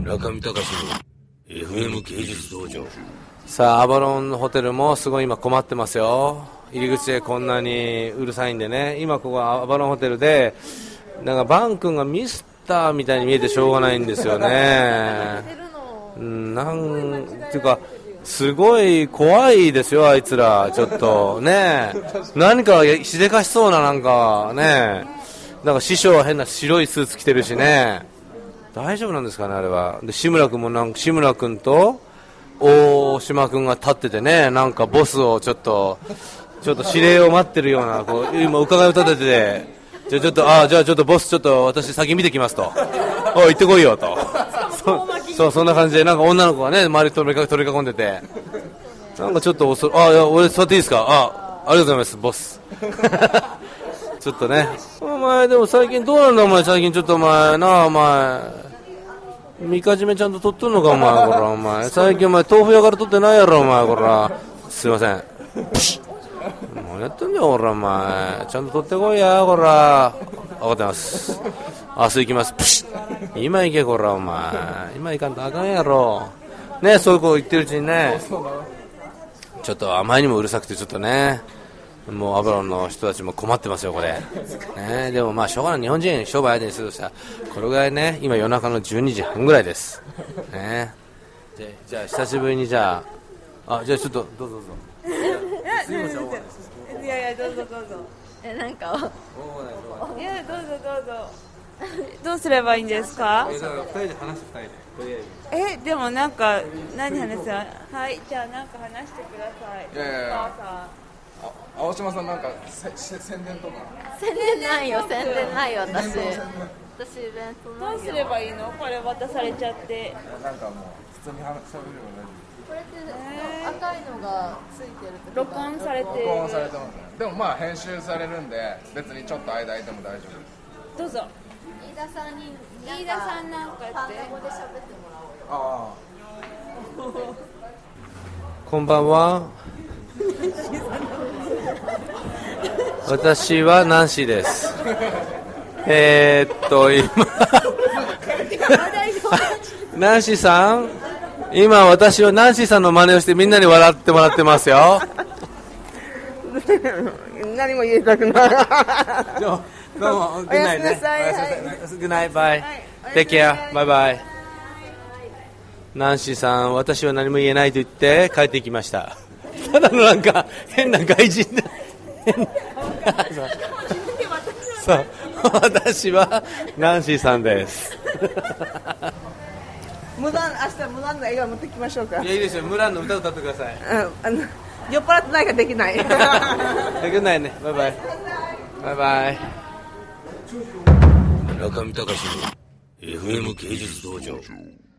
中見隆の FM 芸術道場。 さあアバロンホテルもすごい今困ってますよ。入り口でこんなにうるさいんでね。今ここはアバロンホテルでなんかバン君がミスターみたいに見えてしょうがないんですよね。なんていうかすごい怖いですよ、あいつら。ちょっとね何かしでかしそうな、なんかね、なんか師匠は変な白いスーツ着てるしね。大丈夫なんですかね、あれは。で志村君もなんか志村君と大島君が立っててね、なんかボスをちょっと指令を待ってるような、こう今伺いを立てて、じゃあちょっとボス、ちょっと私先見てきますと、おい行ってこいよとそんな感じで、なんか女の子がね周り取り囲んでて、なんかちょっといや俺座っていいですか、ありがとうございますボスちょっとね、お前でも最近どうなんだお前、最近ちょっとお前みかじめちゃんと取っとるのかお前、こらお前最近お前豆腐屋から取ってないやろお前、こらすいません何やってんだよこらお前、ちゃんと取ってこいやこら。分かってます、明日行きます、プシッ今行けこらお前、今行かんとあかんやろね。そういうこと言ってるうちにね、ちょっとあまりにもうるさくてちょっとね、もうアバロンの人たちも困ってますよこれ、ね、でもまあしょうがない、日本人商売相手にするとしたらこれぐらいね、今夜中の12時半ぐらいです、ね、じゃあ久しぶりにじゃあちょっとどうぞいやどうぞなんかいやどうぞどうすればいいんですか。 2人で話す、2人でとりあえずでもなんか何話すの。はい、じゃあなんか話してください。 いやお母さん、 青島さんなんか宣伝とか。 宣伝ないよ私イベントないよ。 どうすればいいの、これ渡されちゃって。 なんかもう普通に話しゃべれば大丈これって赤いのがついてるって録音されて夫。録音されてますね。でもまあ編集されるんで別にちょっと間空いても大丈夫。 どうぞ。 飯田さんに飯田さんなんかパンってダ語で喋ってもらおうよ。 こんばんは私はナンシーです今ナンシーさん、今私はナンシーさんの真似をしてみんなに笑ってもらってますよ何も言いたくないどうも、 おやすみなさい。 Good night, bye. Take care, bye bye. ナンシーさん、私は何も言えないと言って帰ってきました。ただのなんか変な外人だ。そう、私はナンシーさんです。 明日無断の映画持ってきましょうか。 いや、いいですよ、ムランの歌歌ってください。 酔っ払ってないからできない。 できないね、バイバイ。バイバイ。 中見隆の FM 芸術道場。